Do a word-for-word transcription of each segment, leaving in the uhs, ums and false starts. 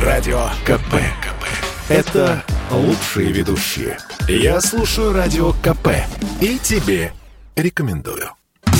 Радио КП. Это лучшие ведущие. Я слушаю Радио КП и тебе рекомендую.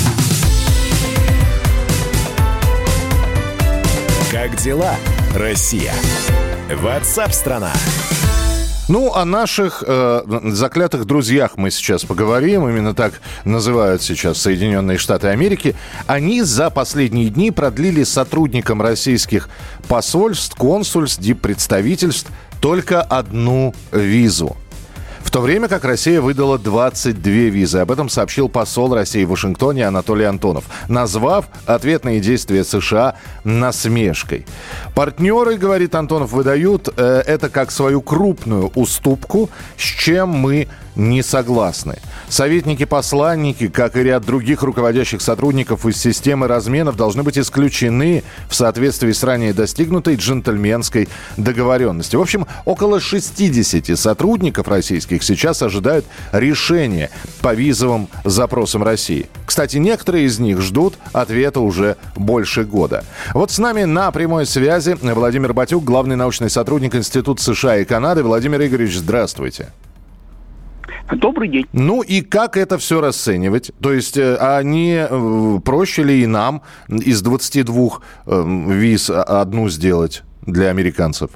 Как дела, Россия? Ватсап-страна! Ну, о наших э, заклятых друзьях мы сейчас поговорим. Именно так называют сейчас Соединенные Штаты Америки. Они за последние дни продлили сотрудникам российских посольств, консульств, диппредставительств только одну визу. В то время как Россия выдала двадцать две визы. Об этом сообщил посол России в Вашингтоне Анатолий Антонов, назвав ответные действия США насмешкой. Партнеры, говорит Антонов, выдают э, это как свою крупную уступку, с чем мы не согласны. Советники-посланники, как и ряд других руководящих сотрудников из системы разменов, должны быть исключены в соответствии с ранее достигнутой джентльменской договоренностью. В общем, около шестьдесят сотрудников российских сейчас ожидают решения по визовым запросам России. Кстати, некоторые из них ждут ответа уже больше года. Вот с нами на прямой связи Владимир Батюк, главный научный сотрудник Института США и Канады. Владимир Игоревич, здравствуйте. Добрый день. Ну и как это все расценивать? То есть, а не проще ли и нам из двадцати двух виз одну сделать для американцев?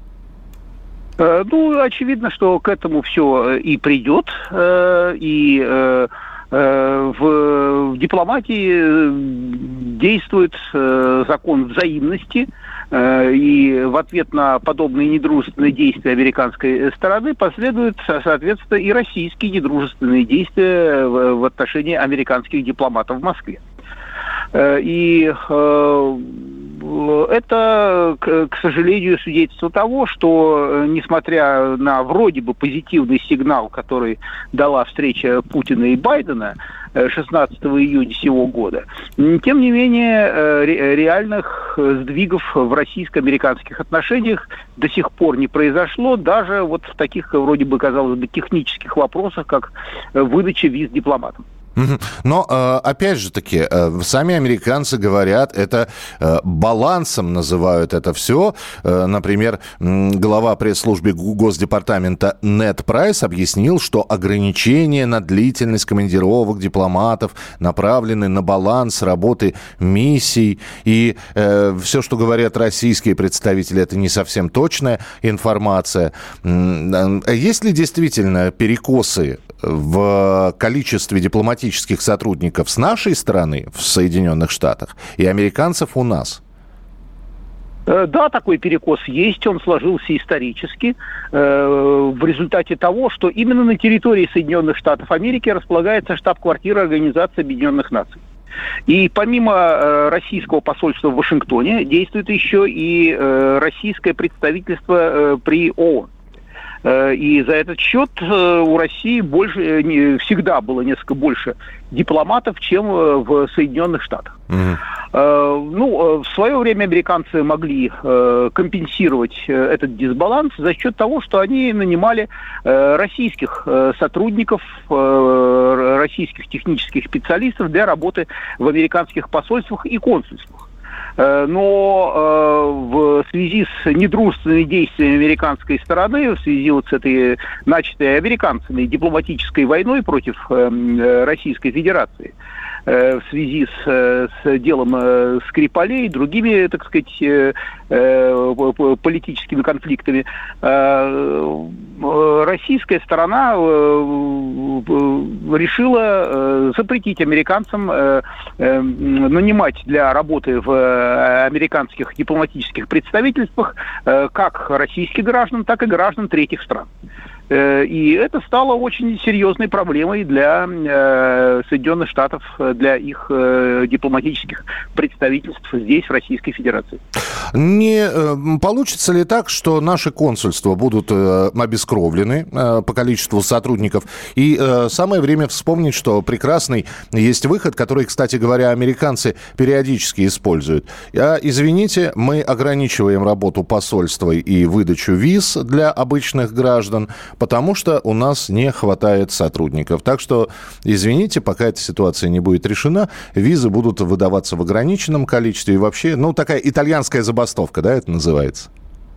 Ну, очевидно, что к этому все и придет. И в дипломатии действует закон взаимности. И в ответ на подобные недружественные действия американской стороны последуют, соответственно, и российские недружественные действия в отношении американских дипломатов в Москве. И это, к сожалению, свидетельство того, что, несмотря на вроде бы позитивный сигнал, который дала встреча Путина и Байдена шестнадцатого июня сего года, тем не менее реальных сдвигов в российско-американских отношениях до сих пор не произошло, даже вот в таких, вроде бы, казалось бы, технических вопросах, как выдача виз дипломатам. Но, опять же таки, сами американцы говорят, это балансом называют это все. Например, глава пресс-службы Госдепартамента Нед Прайс объяснил, что ограничения на длительность командировок дипломатов направлены на баланс работы миссий. И все, что говорят российские представители, это не совсем точная информация. Есть ли действительно перекосы в количестве дипломатических сотрудников с нашей стороны в Соединенных Штатах и американцев у нас? Да, такой перекос есть, он сложился исторически э, в результате того, что именно на территории Соединенных Штатов Америки располагается штаб-квартира Организации Объединенных Наций. И помимо э, российского посольства в Вашингтоне действует еще и э, российское представительство э, при ООН. И за этот счет у России больше, всегда было несколько больше дипломатов, чем в Соединенных Штатах. Mm-hmm. Ну, в свое время американцы могли компенсировать этот дисбаланс за счет того, что они нанимали российских сотрудников, российских технических специалистов для работы в американских посольствах и консульствах. Но э, в связи с недружественными действиями американской стороны, в связи вот с этой начатой американцами дипломатической войной против э, Российской Федерации, э, в связи с, с делом э, Скрипалей и другими, так сказать, э, э, политическими конфликтами, э, российская сторона э, решила э, запретить американцам э, э, нанимать для работы в американских дипломатических представительствах как российских граждан, так и граждан третьих стран. И это стало очень серьезной проблемой для Соединенных Штатов, для их дипломатических представительств здесь, в Российской Федерации. Не получится ли так, что наши консульства будут обескровлены по количеству сотрудников? И самое время вспомнить, что прекрасный есть выход, который, кстати говоря, американцы периодически используют. А, извините, мы ограничиваем работу посольства и выдачу виз для обычных граждан, потому что у нас не хватает сотрудников. Так что, извините, пока эта ситуация не будет решена, визы будут выдаваться в ограниченном количестве. И вообще, ну, такая итальянская забастовка, да, это называется?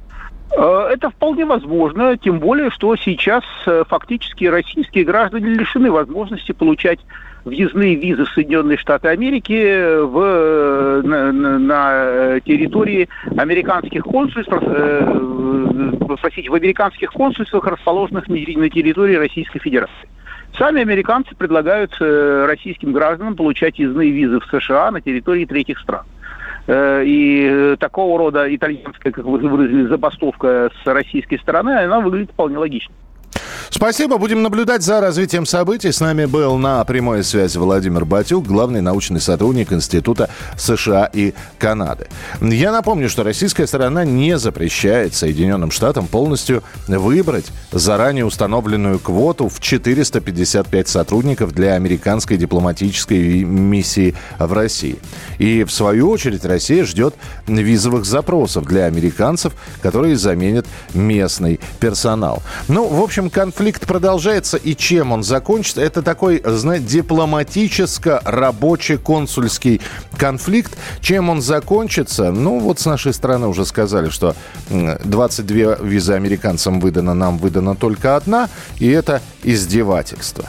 Это вполне возможно, тем более, что сейчас фактически российские граждане лишены возможности получать въездные визы в Соединенные Штаты Америки в, на, на территории американских консульств, э, простите, в американских консульствах, расположенных на территории Российской Федерации. Сами американцы предлагают российским гражданам получать въездные визы в США на территории третьих стран. И такого рода итальянская, как вы выразили, забастовка с российской стороны, она выглядит вполне логично. Спасибо. Будем наблюдать за развитием событий. С нами был на прямой связи Владимир Батюк, главный научный сотрудник Института США и Канады. Я напомню, что российская сторона не запрещает Соединенным Штатам полностью выбрать заранее установленную квоту в четыреста пятьдесят пять сотрудников для американской дипломатической миссии в России. И, в свою очередь, Россия ждет визовых запросов для американцев, которые заменят местный персонал. Ну, в общем, конфликт продолжается, и чем он закончится? Это такой, знаете, дипломатическо-рабоче-консульский конфликт. Чем он закончится? Ну, вот с нашей стороны уже сказали, что двадцать две визы американцам выдано, нам выдана только одна, и это издевательство.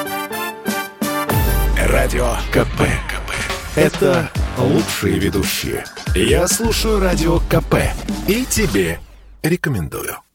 Радио КП. Это лучшие ведущие. Я слушаю Радио КП и тебе рекомендую.